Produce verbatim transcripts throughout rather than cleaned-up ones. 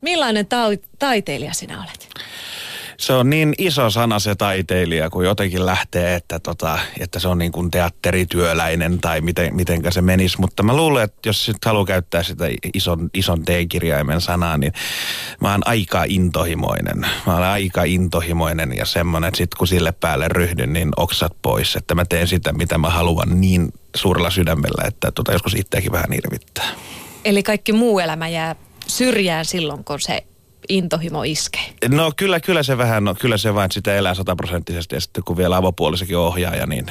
Millainen ta- taiteilija sinä olet? Se on niin iso sana se taiteilija, kun jotenkin lähtee, että, tota, että se on niin kuin teatterityöläinen tai miten, mitenkä se menisi. Mutta mä luulen, että jos sit haluaa käyttää sitä ison, ison T-kirjaimen sanaa, niin mä oon aika intohimoinen. Mä olen aika intohimoinen ja semmoinen, että sit kun sille päälle ryhdyn, niin oksat pois. Että mä teen sitä, mitä mä haluan niin suurella sydämellä, että tota, joskus itseäkin vähän irvittää. Eli kaikki muu elämä jää syrjään silloin, kun se intohimo iskee. No kyllä, kyllä se vähän, no, kyllä se vain sitä elää sataprosenttisesti ja sitten kun vielä avopuolisekin ohjaaja, niin,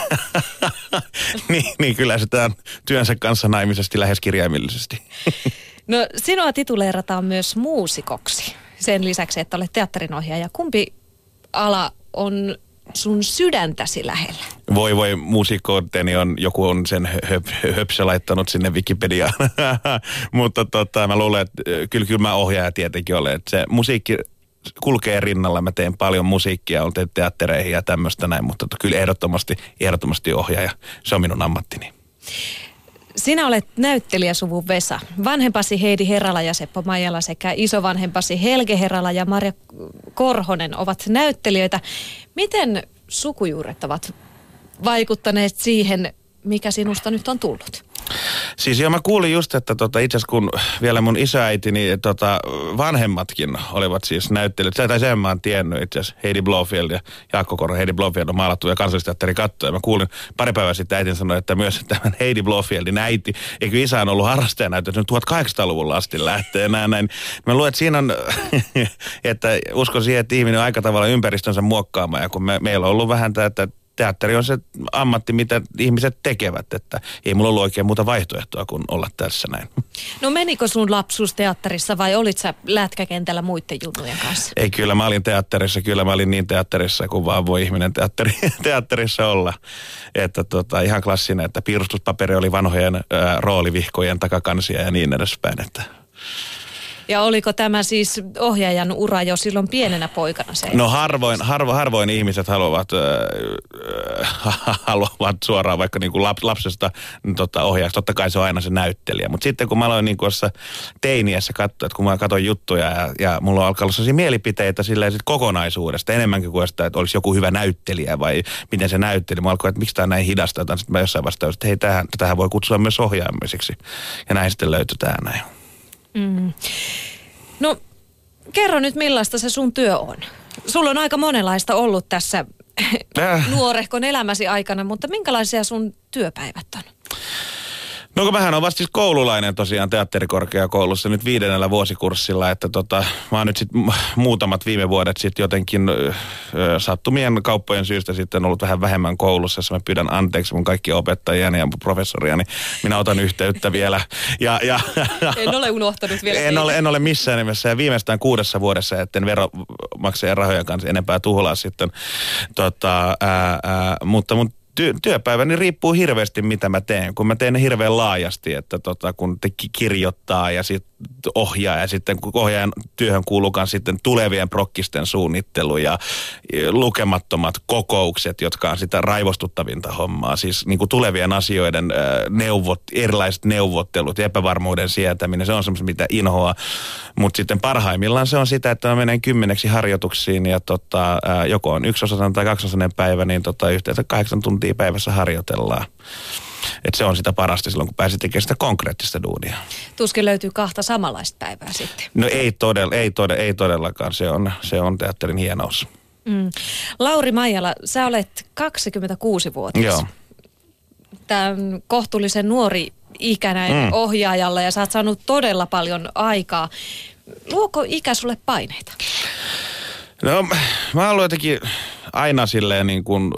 niin, niin kyllä sitä työnsä kanssa naimisesti lähes kirjaimellisesti. No sinua tituleerataan myös muusikoksi sen lisäksi, että olet teatterinohjaaja. Kumpi ala on sun sydäntäsi lähellä? Voi voi, muusikkouteni on, joku on sen höp, höpsö laittanut sinne Wikipediaan. Mutta tota, mä luulen, että kyllä, kyllä mä ohjaaja tietenkin olen. Että se musiikki kulkee rinnalla, mä teen paljon musiikkia, olen tehnyt teattereihin ja tämmöistä näin, mutta kyllä ehdottomasti, ehdottomasti ohjaaja. Se on minun ammattini. Sinä olet näyttelijäsuvun Vesa. Vanhempasi Heidi Herrala ja Seppo Maijala sekä isovanhempasi Helge Herrala ja Marja Korhonen ovat näyttelijöitä. Miten sukujuuret ovat vaikuttaneet siihen, mikä sinusta nyt on tullut? Siis joo, mä kuulin just, että tota, itse asiassa kun vielä mun isääitini tota, vanhemmatkin olivat siis näyttelijät, tai sen mä oon tiennyt itse asiassa Heidi Blofeld ja Jaakko Korho, Heidi Blofeld on maalattu ja Kansallisteatteri katto. Ja mä kuulin pari päivää sitten äitin sanoi, että myös tämän Heidi Blofeldin äiti, eikö isä on ollut harrastajanäyttelijä, se on tuhatkahdeksansataaluvun asti lähtee ja näin, näin. Mä luulen, että siinä on, että uskon siihen, että ihminen on aika tavalla ympäristönsä muokkaamaan ja kun me, meillä on ollut vähän tämä, että teatteri on se ammatti, mitä ihmiset tekevät, että ei mulla ollut oikein muuta vaihtoehtoa kuin olla tässä näin. No menikö sun lapsuus teatterissa vai olit sä lätkäkentällä muiden junnujen kanssa? Ei, kyllä mä olin teatterissa, kyllä mä olin niin teatterissa kuin vaan voi ihminen teatteri, teatterissa olla. Että tota, ihan klassinen, että piirustuspaperi oli vanhojen ää, roolivihkojen takakansia ja niin edespäin, että... Ja oliko tämä siis ohjaajan ura jo silloin pienenä poikana se? No harvoin, harvo, harvoin ihmiset haluavat, äh, haluavat suoraan vaikka niin kuin lap, lapsesta tota, ohjaajaksi. Totta kai se on aina se näyttelijä. Mutta sitten kun mä aloin niin kuin teiniässä katsoa, että kun mä katsoin juttuja ja, ja mulla on alkaa olla sellaisia mielipiteitä silleen sit kokonaisuudesta, enemmänkin kuin sitä, että olisi joku hyvä näyttelijä vai miten se näytteli. Mä alkoin, että miksi tämä on näin hidasta. Sitten mä jossain vastaan, että hei, tähän, tähän voi kutsua myös ohjaamiseksi. Ja näin sitten löytyi tämä näin. Mm. No, kerro nyt millaista se sun työ on. Sulla on aika monenlaista ollut tässä äh. nuorehkon elämäsi aikana, mutta minkälaisia sun työpäivät on? No kun mähän on vasta siis koululainen tosiaan teatterikorkeakoulussa nyt viidennellä vuosikurssilla, että tota, mä oon nyt sitten muutamat viime vuodet sitten jotenkin ö, sattumien kauppojen syystä sitten ollut vähän vähemmän koulussa, jossa mä pyydän anteeksi mun kaikki opettajiani ja professoriani. Minä otan yhteyttä vielä. Ja, ja, en ole unohtanut vielä. En ole, en ole missään nimessä ja viimeistään kuudessa vuodessa, etten veromaksajien rahojen kanssa enempää tuhlaa sitten. Tota, ää, ää, mutta mun Ty- työpäiväni riippuu hirveästi, mitä mä teen, kun mä teen ne hirveän laajasti, että tota, kun te kirjoittaa ja sitten ohjaa ja sitten kun ohjaajan työhön kuuluukaan sitten tulevien prokkisten suunnittelu ja lukemattomat kokoukset, jotka on sitä raivostuttavinta hommaa, siis niin kuin tulevien asioiden neuvot, erilaiset neuvottelut ja epävarmuuden sietäminen, se on semmoista, mitä inhoaa, mutta sitten parhaimmillaan se on sitä, että mä menen kymmeneksi harjoituksiin ja tota, joko on yksiosainen tai kaksiosainen päivä, niin tota, yhteensä kahdeksan tuntia päivässä harjoitellaan. Että se on sitä parasta silloin, kun pääsee tekemään sitä konkreettista duunia. Tuskin löytyy kahta samanlaista päivää sitten. No ei, todella, ei, todella, ei todellakaan, se on, se on teatterin hienous. Mm. Lauri Maijala, sä olet kaksikymmentäkuusivuotias. Joo. Tämän kohtuullisen nuori ikänä mm. ohjaajalle ja sä oot saanut todella paljon aikaa. Luoko ikä sulle paineita? No mä haluan jotenkin aina silleen niin kuin,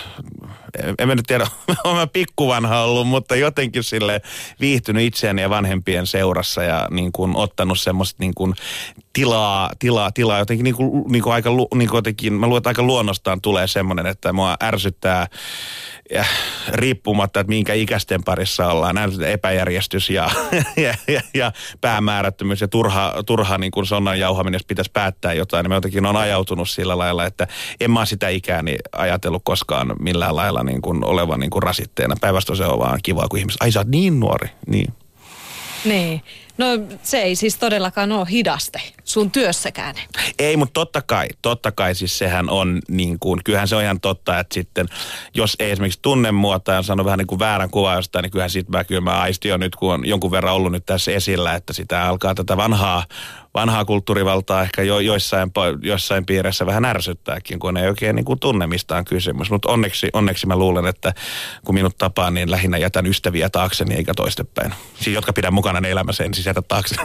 en mä nyt tiedä, olen mä pikkuvanha ollut, mutta jotenkin silleen viihtynyt itseäni ja vanhempien seurassa ja niin kuin ottanut semmoista niin kuin tilaa, tilaa, tilaa jotenkin niin kuin, niin kuin aika, niin kuin jotenkin, mä luulen, että aika luonnostaan tulee semmoinen, että mua ärsyttää ja riippumatta, että minkä ikäisten parissa ollaan, epäjärjestys ja, ja, ja, ja päämäärättömyys ja turha, turha niin kuin sonnan jauhaminen, jos pitäisi päättää jotain, niin mä jotenkin olen ajautunut sillä lailla, että en mä sitä ikääni ajatellut koskaan millään lailla niin kuin olevan niin kuin rasitteena. Päinvastoin se on vaan kivaa, kun ihmiset, ai sä oot niin nuori, niin. Niin. No se ei siis todellakaan ole hidaste sun työssäkään. Ei, mutta totta kai, totta kai siis sehän on niin kuin, kyllähän se on ihan totta, että sitten jos ei esimerkiksi tunne mua tai on saanut vähän niin kuin väärän kuvan jostain, niin kyllähän sitten mä, kyllä mä aistin jo nyt, kun on jonkun verran ollut nyt tässä esillä, että sitä alkaa tätä vanhaa, vanhaa kulttuurivaltaa ehkä jo, joissain, joissain piirissä vähän ärsyttääkin, kun ei oikein niin kuin tunne mistä on kysymys. Mutta onneksi, onneksi mä luulen, että kun minut tapaan, niin lähinnä jätän ystäviä taakseni eikä toistepäin. Siis jotka pidän mukana elämässä, en siis jätä taakseni.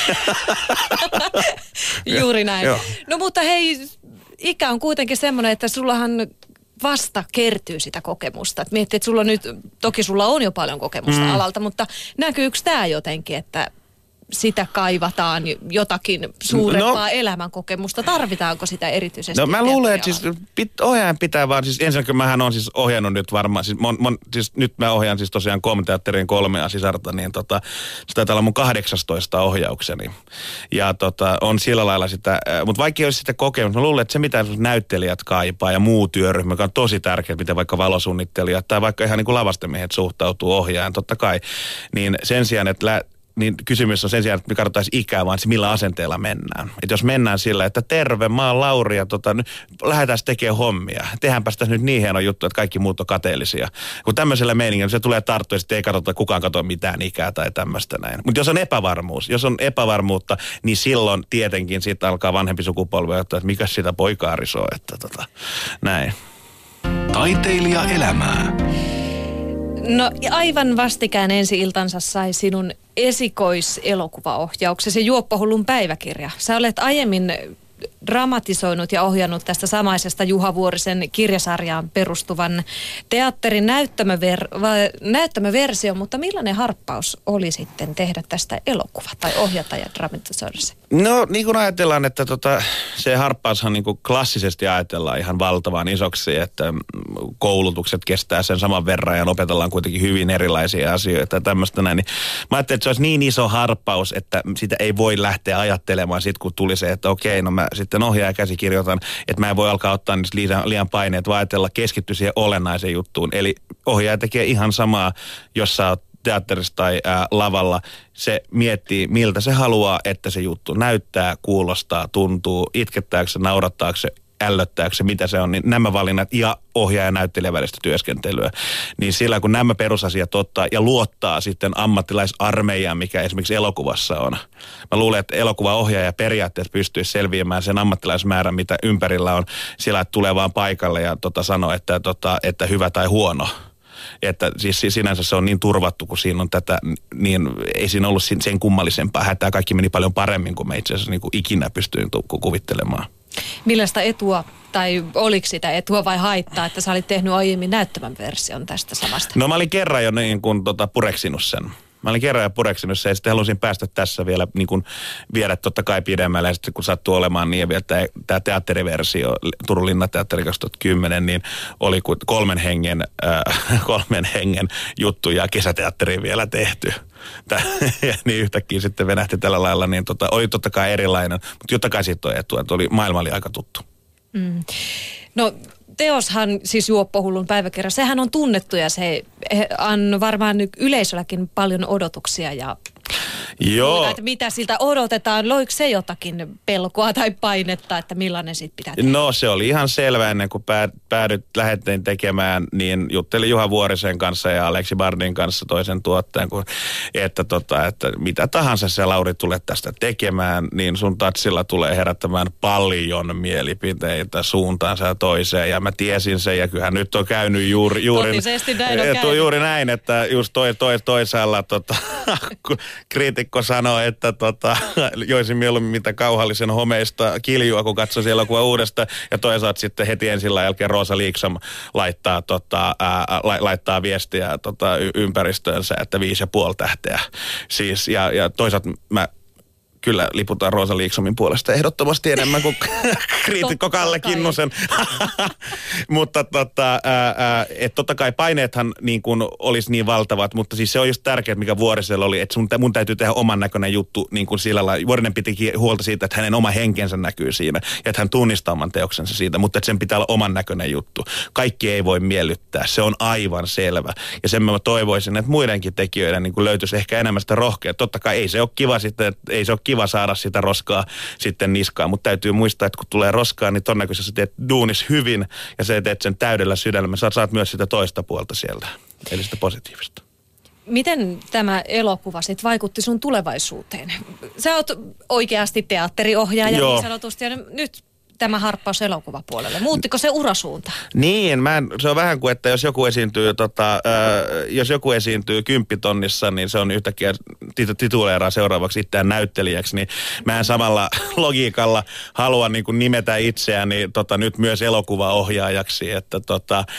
Juuri näin. Joo. No mutta hei, ikä on kuitenkin semmoinen, että sullahan vasta kertyy sitä kokemusta. Et miettii, että sulla nyt, toki sulla on jo paljon kokemusta mm. alalta, mutta näkyykö tämä jotenkin, että sitä kaivataan jotakin suurempaa no, elämänkokemusta? Tarvitaanko sitä erityisesti? No mä luulen, että siis pit, ohjaajan pitää vaan, siis ensinnäkin mähän on siis ohjannut nyt varmaan, siis, mon, mon, siis nyt mä ohjaan siis tosiaan Kom-teatterin kolmea sisarta, niin tota, se taitaa olla mun kahdeksastoista ohjaukseni. Ja tota, on sillä lailla sitä, mutta vaikka ei olisi sitä kokemusta, mä luulen, että se mitä näyttelijät kaipaa ja muu työryhmä, joka on tosi tärkeä, miten vaikka valosuunnittelijat tai vaikka ihan niin kuin lavastemiehet suhtautuu ohjaajan, totta kai, niin sen sijaan, että lä- niin kysymys on sen sijaan, että me katsotaisiin ikää, vaan se millä asenteella mennään. Että jos mennään sillä, että terve, mä oon Lauri ja tota, lähdetään tekemään hommia. Tehdäänpä sitä nyt niin hieno juttu, että kaikki muut on kateellisia. Kun tämmöisellä meiningillä se tulee tarttua ja sitten ei katsota, kukaan katso mitään ikää tai tämmöistä näin. Mutta jos on epävarmuus, jos on epävarmuutta, niin silloin tietenkin siitä alkaa vanhempi sukupolvi, että mikä sitä poikaa risoo, että tota, näin. Taiteilija elämää. No aivan vastikään ensi-iltansa sai sinun esikoiselokuvaohjauksesi Juoppohullun päiväkirja. Sä olet aiemmin dramatisoinut ja ohjannut tästä samaisesta Juha Vuorisen kirjasarjaan perustuvan teatterin näyttämöver- näyttämöversio, mutta millainen harppaus oli sitten tehdä tästä elokuva tai ohjata ja dramatisoida se? No niin kuin ajatellaan, että tota, se harppaushan niin kuin klassisesti ajatellaan ihan valtavan isoksi, että koulutukset kestää sen saman verran ja opetellaan kuitenkin hyvin erilaisia asioita ja tämmöistä näin. Niin mä ajattelin, että se olisi niin iso harppaus, että sitä ei voi lähteä ajattelemaan sit kun tuli se, että okei, no mä sitten ohjaan ja käsikirjoitan, että mä en voi alkaa ottaa niistä liian, liian paineet, vaan ajatella keskittyä siihen olennaiseen juttuun. Eli ohjaaja tekee ihan samaa, jos sä oot teatterissa tai ää, lavalla. Se miettii, miltä se haluaa, että se juttu näyttää, kuulostaa, tuntuu, itkettääkö se, naurattaako se, ällöttääkö se, mitä se on, niin nämä valinnat ja ohjaaja ja näyttelijä välistä työskentelyä. Niin sillä kun nämä perusasiat ottaa ja luottaa sitten ammattilaisarmeijaan, mikä esimerkiksi elokuvassa on. Mä luulen, että elokuvaohjaaja periaatteessa pystyisi selviämään sen ammattilaismäärän, mitä ympärillä on. Sillä tulee vaan paikalle ja tota, sanoo, että, tota, että hyvä tai huono. Että siis sinänsä se on niin turvattu, kun siinä on tätä, niin ei siinä ollut sen kummallisempaa hätää. Kaikki meni paljon paremmin kuin me itse asiassa niin kuin ikinä pystyin kuvittelemaan. Millaista etua, tai oliko sitä etua vai haittaa, että sä olit tehnyt aiemmin näyttävän version tästä samasta? No mä olin kerran jo niin kuin tota pureksinut sen. Mä olin kerran jo pureksinut sen ja sitten halusin päästä tässä vielä niin kuin viedä totta kai pidemmälle. Ja sitten kun sattuu olemaan niin vielä tämä teatteriversio Turun Linnateatteri kaksituhattakymmenen, niin oli kolmen hengen, äh, kolmen hengen juttu ja kesäteatteriin vielä tehty. Tää, ja niin yhtäkkiä sitten venähti tällä lailla, niin tota, oli totta kai erilainen, mutta jotta kai siitä on etua, että oli, maailma oli aika tuttu. Mm. No teoshan, siis Juoppohullun päiväkirja, sehän on tunnettu ja se on varmaan yleisölläkin paljon odotuksia ja Joo. Muuta, että mitä siltä odotetaan, loiko se jotakin pelkoa tai painetta, että millainen siitä pitää tehdä? No se oli ihan selvä ennen kuin päädyt lähdettiin tekemään, niin juttelin Juha Vuorisen kanssa ja Aleksi Bardin kanssa toisen tuottajan, kun, että, tota, että mitä tahansa se Lauri tulee tästä tekemään, niin sun tatsilla tulee herättämään paljon mielipiteitä suuntaansa ja toiseen ja mä tiesin sen ja kyllähän nyt on käynyt juuri, juuri, näin on käynyt. juuri näin, että just toi, toi, toisaalla tota, kriitikko sanoi, että tota, joisin mieluummin mitä kauhallisen homeista kiljua, kun katsoi siellä elokuva uudestaan. Ja toisaalta sitten heti ensin jälkeen Rosa Liksom laittaa, tota, ää, la, laittaa viestiä tota, y- ympäristöönsä, että viisi ja puoli tähteä. Siis, ja, ja toisaalta mä kyllä liputaan Rosa Liksom puolesta ehdottomasti enemmän kuin kriitikko Kalle Kinnusen. Mutta tota, että totta kai paineethan niin kuin olisi niin valtavat, mutta siis se on just tärkeää, mikä Vuorisella oli, että sun, mun täytyy tehdä oman näköinen juttu niin kuin sillä lailla. Vuorinen pitikin huolta siitä, että hänen oma henkensä näkyy siinä ja että hän tunnistaa oman teoksensa siitä, mutta että sen pitää olla oman näköinen juttu. Kaikki ei voi miellyttää, se on aivan selvä. Ja sen mä toivoisin, että muidenkin tekijöiden niin kuin löytyisi ehkä enemmän sitä rohkeutta. Totta kai ei se ole kiva sitten, ei se ole kiva saada sitä roskaa sitten niskaan, mutta täytyy muistaa, että kun tulee roskaa, niin todennäköisesti sä teet duunis hyvin ja sä teet sen täydellä sydämellä. Sä saat myös sitä toista puolta sieltä, eli sitä positiivista. Miten tämä elokuva sit vaikutti sun tulevaisuuteen? Sä oot oikeasti teatteriohjaaja niin sanotusti, ja nyt tämä harppaus elokuvapuolelle. Muuttiko se urasuunta? Niin, mä en, se on vähän kuin, että jos joku esiintyy, tota, äh, jos joku esiintyy kymppitonnissa, niin se on yhtäkkiä tituleeraa seuraavaksi itseään näyttelijäksi, niin mä en samalla logiikalla halua niin kuin nimetä itseäni tota, nyt myös elokuvaohjaajaksi, että tota, äh,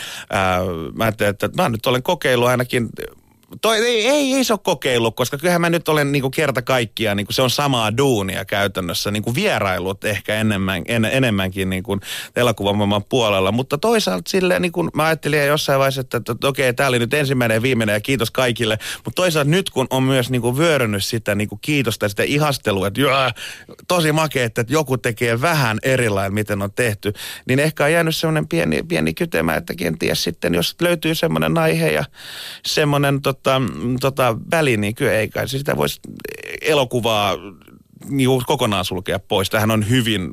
mä ajattelin, että mä nyt olen kokeillut ainakin. Toi, ei, ei, ei se ole kokeilu, koska kyllähän mä nyt olen niinku kerta kaikkiaan, niinku se on samaa duunia käytännössä, niinku vierailut ehkä enemmän, en, enemmänkin niinku elokuvamaailman puolella, mutta toisaalta silleen niinku mä ajattelin jossain vaiheessa, että, että, että okei, tää oli nyt ensimmäinen ja viimeinen ja kiitos kaikille, mutta toisaalta nyt kun on myös niinku vyörynyt sitä niinku kiitosta ja sitä ihastelua, että joo, tosi makea, että joku tekee vähän erilainen, miten on tehty, niin ehkä on jäänyt semmoinen pieni, pieni kytemä, että kenties sitten, jos löytyy semmoinen aihe ja semmoinen Tota, tota, väli, niin kyllä ei kai sitä voisi elokuvaa niin kokonaan sulkea pois. Tämähän on hyvin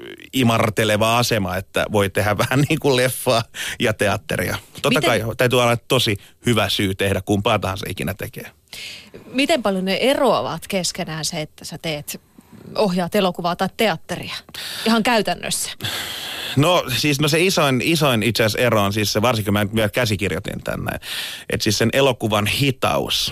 imarteleva asema, että voi tehdä vähän niin kuin leffaa ja teatteria. Totta Miten? kai täytyy olla tosi hyvä syy tehdä kumpaa tahansa ikinä tekee. Miten paljon ne eroavat keskenään se, että sä teet, ohjaat elokuvaa tai teatteria? Ihan käytännössä. No siis no se isoin, isoin itse asiassa ero on siis se, varsinkin mä vielä käsikirjoitin tänne, että siis sen elokuvan hitaus.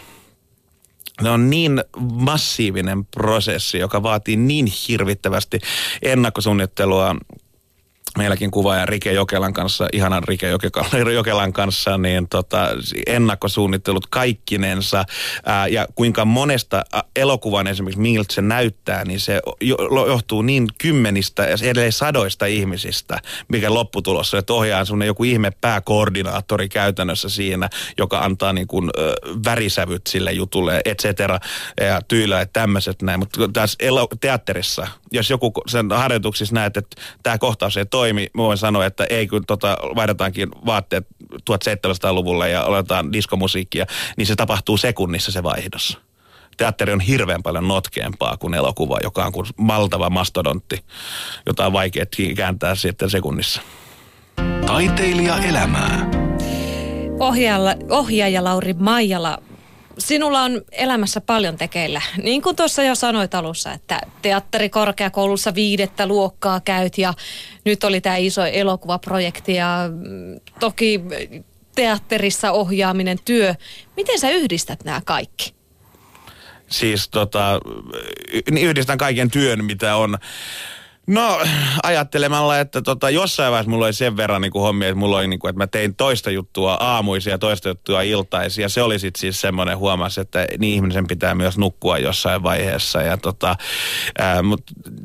Ne on niin massiivinen prosessi, joka vaatii niin hirvittävästi ennakkosuunnittelua. Meilläkin kuvaaja Rike Jokelan kanssa, ihanan Rike Jokelan kanssa, niin tota, ennakkosuunnittelut kaikkinensa ää, ja kuinka monesta elokuvan esimerkiksi miltä se näyttää, niin se johtuu niin kymmenistä ja edelleen sadoista ihmisistä, mikä lopputulos on, että ohjaa semmoinen joku ihme pääkoordinaattori käytännössä siinä, joka antaa niin kuin ö, värisävyt sille jutulle, et cetera, ja tyylää, että tämmöiset näin, mutta tässä elo- teatterissa, jos joku sen harjoituksissa näet, että tämä kohtaus ei toimi, mä voin sanoa, että ei kun tota, vaihdetaankin vaatteet tuhatseitsemänsataaluvulle ja oletaan diskomusiikkia, niin se tapahtuu sekunnissa se vaihdos. Teatteri on hirveän paljon notkeampaa kuin elokuva, joka on kuin valtava mastodontti, jota on vaikea kääntää sitten sekunnissa. Taiteilija elämää. Ohjaaja, ohjaaja Lauri Maijala, sinulla on elämässä paljon tekeillä. Niin kuin tuossa jo sanoit alussa, että teatterikorkeakoulussa viidettä luokkaa käyt ja nyt oli tämä iso elokuvaprojekti ja toki teatterissa ohjaaminen, työ. Miten sä yhdistät nämä kaikki? Siis tota, yhdistän kaiken työn, mitä on. No ajattelemalla, että tota, jossain vaiheessa mulla oli sen verran niin kuin hommia, että mulla oli niin kuin, että mä tein toista juttua aamuisia ja toista juttua iltaisia. Se oli sitten siis semmoinen huomas, että niin ihmisen pitää myös nukkua jossain vaiheessa. Ja tota, ää, mut,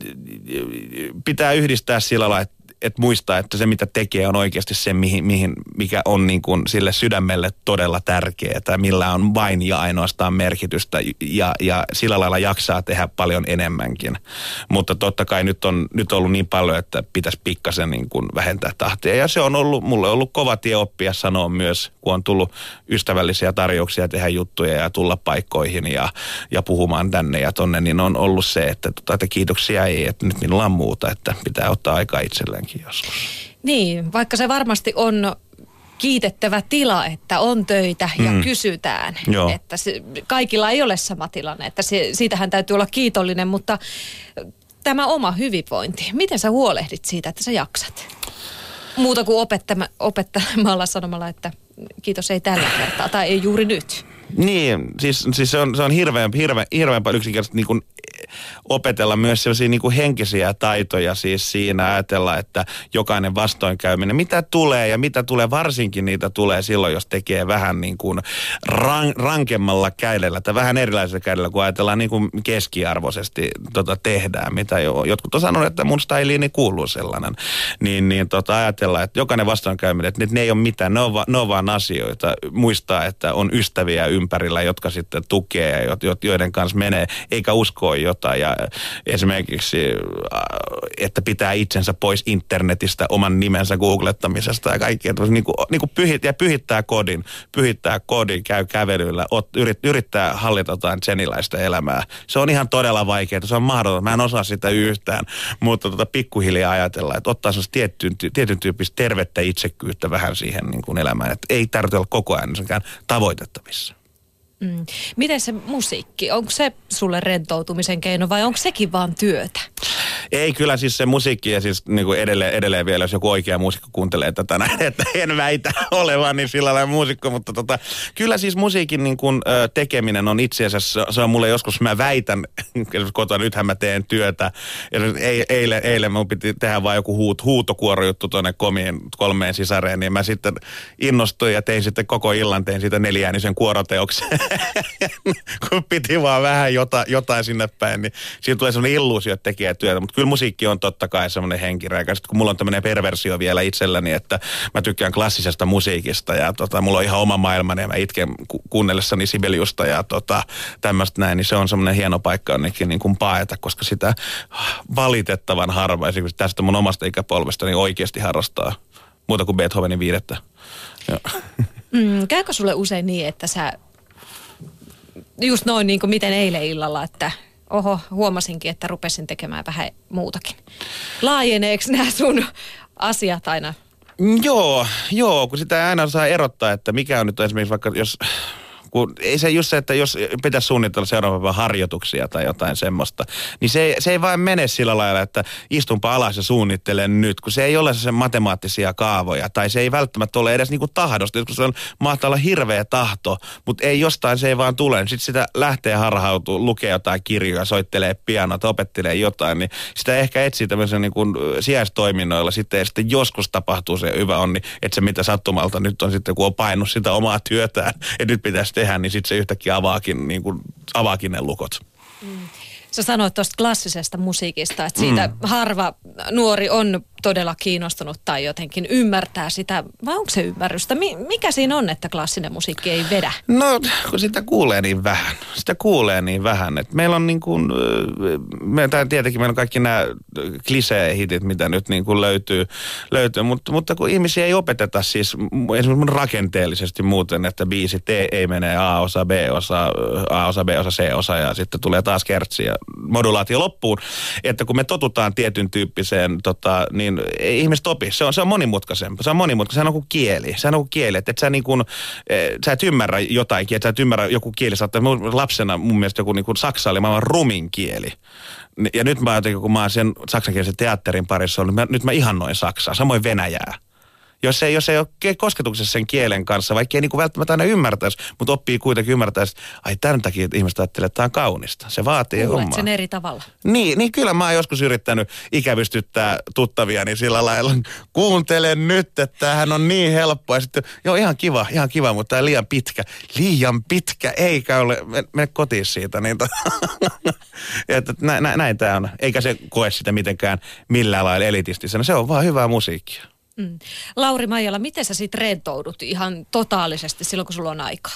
pitää yhdistää sillä lailla, että että muistaa, että se mitä tekee on oikeasti se, mihin, mihin, mikä on niin kuin sille sydämelle todella tärkeää, millä on vain ja ainoastaan merkitystä ja, ja sillä lailla jaksaa tehdä paljon enemmänkin. Mutta totta kai nyt on nyt ollut niin paljon, että pitäisi pikkasen niin kuin vähentää tahtia ja se on ollut, mulle on ollut kova tie oppia sanoa myös, kun on tullut ystävällisiä tarjouksia tehdä juttuja ja tulla paikkoihin ja, ja puhumaan tänne ja tonne, niin on ollut se, että, että kiitoksia ei, että nyt minulla on muuta, että pitää ottaa aikaa itselleen. Joskus. Niin, vaikka se varmasti on kiitettävä tila, että on töitä ja mm. kysytään. Joo. Että se, kaikilla ei ole sama tilanne, että se, siitähän täytyy olla kiitollinen, mutta tämä oma hyvinvointi, miten sä huolehdit siitä, että sä jaksat? Muuta kuin opettama, opettamalla sanomalla, että kiitos ei tällä kertaa tai ei juuri nyt. Niin, siis, siis se on, se on hirveän, hirveän, hirveän paljon yksinkertaisesti niin kuin opetella myös sellaisia niin kuin henkisiä taitoja siis siinä ajatella, että jokainen vastoinkäyminen, mitä tulee ja mitä tulee, varsinkin niitä tulee silloin, jos tekee vähän niin kuin ran, rankemmalla kädellä tai vähän erilaisella kädellä, kun ajatellaan niin kuin keskiarvoisesti tota tehdään, mitä jo, jotkut on sanonut, että mun styliini kuuluu sellainen, niin, niin tota ajatellaan, että jokainen vastoinkäyminen, että ne ei ole mitään, ne on, va, ne on vaan asioita, muistaa, että on ystäviä ympärillä, jotka sitten tukee ja joiden kanssa menee, eikä uskoa jotain. Ja esimerkiksi, että pitää itsensä pois internetistä, oman nimensä googlettamisesta ja kaikkea. Niin kuin, niin kuin pyhit, ja pyhittää kodin, pyhittää kodin, käy kävelyllä, ot, yrit, yrittää hallita jotain zeniläistä elämää. Se on ihan todella vaikeaa, se on mahdotonta. Mä en osaa sitä yhtään, mutta tota, pikkuhiljaa ajatella, että ottaa sellaista tietyn, tietyn tyyppistä tervettä itsekkyyttä vähän siihen niin kuin elämään. Että ei tarvitse olla koko ajan tavoitettavissa. Mm. Miten se musiikki, onko se sulle rentoutumisen keino vai onko sekin vaan työtä? Ei, kyllä siis se musiikki ja siis niin kuin edelleen, edelleen vielä, jos joku oikea muusikko kuuntelee tätä näin, että en väitä olevan niin sillä lailla muusikko, mutta tota, kyllä siis musiikin niin kuin, ö, tekeminen on itse asiassa, se on mulle joskus, mä väitän, kotona nythän mä teen työtä, ja eilen, eilen mun piti tehdä vaan joku huut, huutokuorojuttu tuonne komiin, kolmeen sisareen, niin mä sitten innostuin ja tein sitten koko illan, tein siitä neljäänisen kuoroteoksen, kun piti vaan vähän jota, jotain sinne päin, niin siinä tulee sellainen illuusio, että tekee työtä, mutta kyllä musiikki on totta kai semmoinen henkireikä. Sitten kun mulla on tämmöinen perversio vielä itselläni, että mä tykkään klassisesta musiikista ja tota, mulla on ihan oma maailmani ja mä itken ku- kuunnellessani Sibeliusta ja tota, tämmöistä näin, niin se on semmoinen hieno paikka onnekin niin kuin paeta, koska sitä valitettavan harva, esimerkiksi tästä mun omasta ikäpolvesta, niin oikeasti harrastaa muuta kuin Beethovenin viidettä. Mm, käykö sulle usein niin, että sä just noin niin kuin miten eilen illalla, että oho, huomasinkin, että rupesin tekemään vähän muutakin. Laajeneeko nämä sun asiat aina? Joo, joo, kun sitä ei aina saa erottaa, että mikä on nyt esimerkiksi vaikka jos... Kun ei se just se, että jos pitäisi suunnitella seuraavaa harjoituksia tai jotain semmoista, niin se, se ei vain mene sillä lailla, että istunpa alas ja suunnittelen nyt, kun se ei ole se matemaattisia kaavoja, tai se ei välttämättä ole edes niinku tahdosta, kun se on, mahtaa olla hirveä tahto, mutta ei jostain se ei vaan tule. Sitten sitä lähtee harhautua, lukee jotain kirjoja, soittelee pianot, opettelee jotain, niin sitä ehkä etsii tämmöisen niin kuin sijaistoiminnoilla sitten, ja sitten joskus tapahtuu se hyvä onni, että se mitä sattumalta nyt on sitten, kun on painut sitä omaa työtään, että nyt pitäisi tehdä, niin sitten se yhtäkkiä avaakin, niin kuin, avaakin ne lukot. Mm. Sä sanoit tuosta klassisesta musiikista, että siitä mm. harva nuori on todella kiinnostunut tai jotenkin ymmärtää sitä, vai onko se ymmärrystä? Mikä siinä on, että klassinen musiikki ei vedä? No, kun sitä kuulee niin vähän. Sitä kuulee niin vähän. Et meillä on niin kuin, me, tietenkin meillä on kaikki nämä klisee-hitit, mitä nyt niin kuin löytyy, löytyy mutta, mutta kun ihmisiä ei opeteta siis esimerkiksi rakenteellisesti muuten, että biisi T ei mene A-osa, B-osa, A-osa, B-osa, C-osa ja sitten tulee taas kertsi ja modulaatio loppuun. Että kun me totutaan tietyn tyyppiseen tota, niin ei ihmiset opi. Se on, se on monimutkaisempaa. Se on monimutkaisempaa. Se on kuin kieli. Se on kuin kieli. Että et sä, niin kuin, sä et ymmärrä jotain kieltä. Sä et ymmärrä joku kieli. Saattaa lapsena mun mielestä joku niin kuin saksa oli maailman rumin kieli. Ja nyt mä jotenkin, kun mä oon sen saksankielisen teatterin parissa ollut, mä, nyt mä ihannoin saksaa. Samoin Venäjää. Jos ei, jos ei ole kosketuksessa sen kielen kanssa, vaikka ei niin kuin välttämättä aina ymmärtäisi, mutta oppii kuitenkin ymmärtäisi, ai tämän takia että ihmiset ajattelee, että tämä on kaunista. Se vaatii Kuulet hommaa. sen eri tavalla. Niin, niin kyllä mä oon joskus yrittänyt ikävystyttää tuttaviani sillä lailla, kuuntelen nyt, että tämähän on niin helppoa. Ja sitten, joo ihan kiva, ihan kiva, mutta tämä liian pitkä. Liian pitkä, eikä ole, mene kotiin siitä. Niin to, että nä, nä, näin tämä on. Eikä se koe sitä mitenkään millään lailla elitistisena. Se on vaan hyvää musiikkia. Mm. Lauri Maijala, miten sä sit rentoudut ihan totaalisesti silloin, kun sulla on aikaa?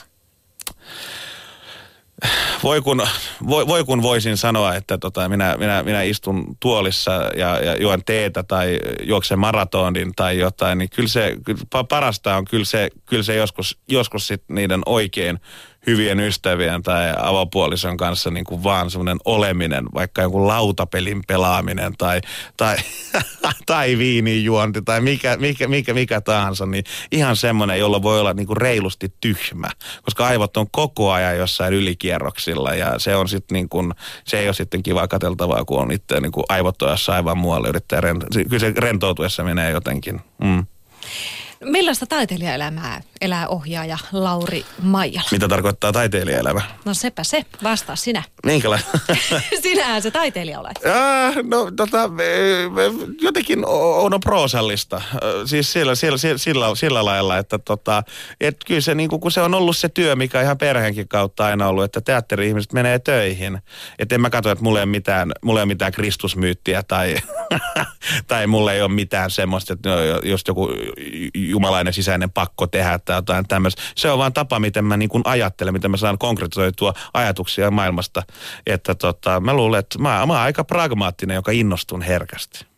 Voi kun, voi, voi kun voisin sanoa, että tota, minä, minä, minä istun tuolissa ja, ja juon teetä tai juoksen maratonin tai jotain, niin kyllä se kyllä parasta on kyllä se, kyllä se joskus, joskus sit niiden oikein hyvien ystävien tai avopuolison kanssa niin kuin vaan semmoinen oleminen, vaikka jonkun lautapelin pelaaminen tai, tai, tai viinin juonti tai mikä, mikä, mikä, mikä tahansa, niin ihan semmoinen, jolla voi olla niin kuin reilusti tyhmä, koska aivot on koko ajan jossain ylikierroksilla ja se on sitten niin kuin, se ei ole sitten kiva katseltavaa, kun on itse niin kuin aivot on jossain aivan muualle yrittää, rent- kyllä se rentoutuessa menee jotenkin. Mm. Millaista taiteilijaelämää elää ohjaaja Lauri Maijala? Mitä tarkoittaa taiteilijaelämä? No sepä se, vastaa sinä. Minkälaista? Sinähän se taiteilija olet. Äh, no tota, jotenkin on proosallista. Siis sillä, sillä, sillä, sillä lailla, että tota, et kyllä se, niin kun se on ollut se työ, mikä ihan perheenkin kautta aina ollut, että teatteri-ihmiset menee töihin. Että en mä katso, että mulla ei ole mitään, mulla ei ole mitään kristusmyyttiä tai, tai mulla ei ole mitään semmoista, että just joku jumalainen sisäinen pakko tehdä tai jotain tämmöistä. Se on vaan tapa, miten mä niin kuin ajattelen, miten mä saan konkretisoitua ajatuksia maailmasta. Että tota, mä luulen, että mä, mä oon aika pragmaattinen, joka innostun herkästi.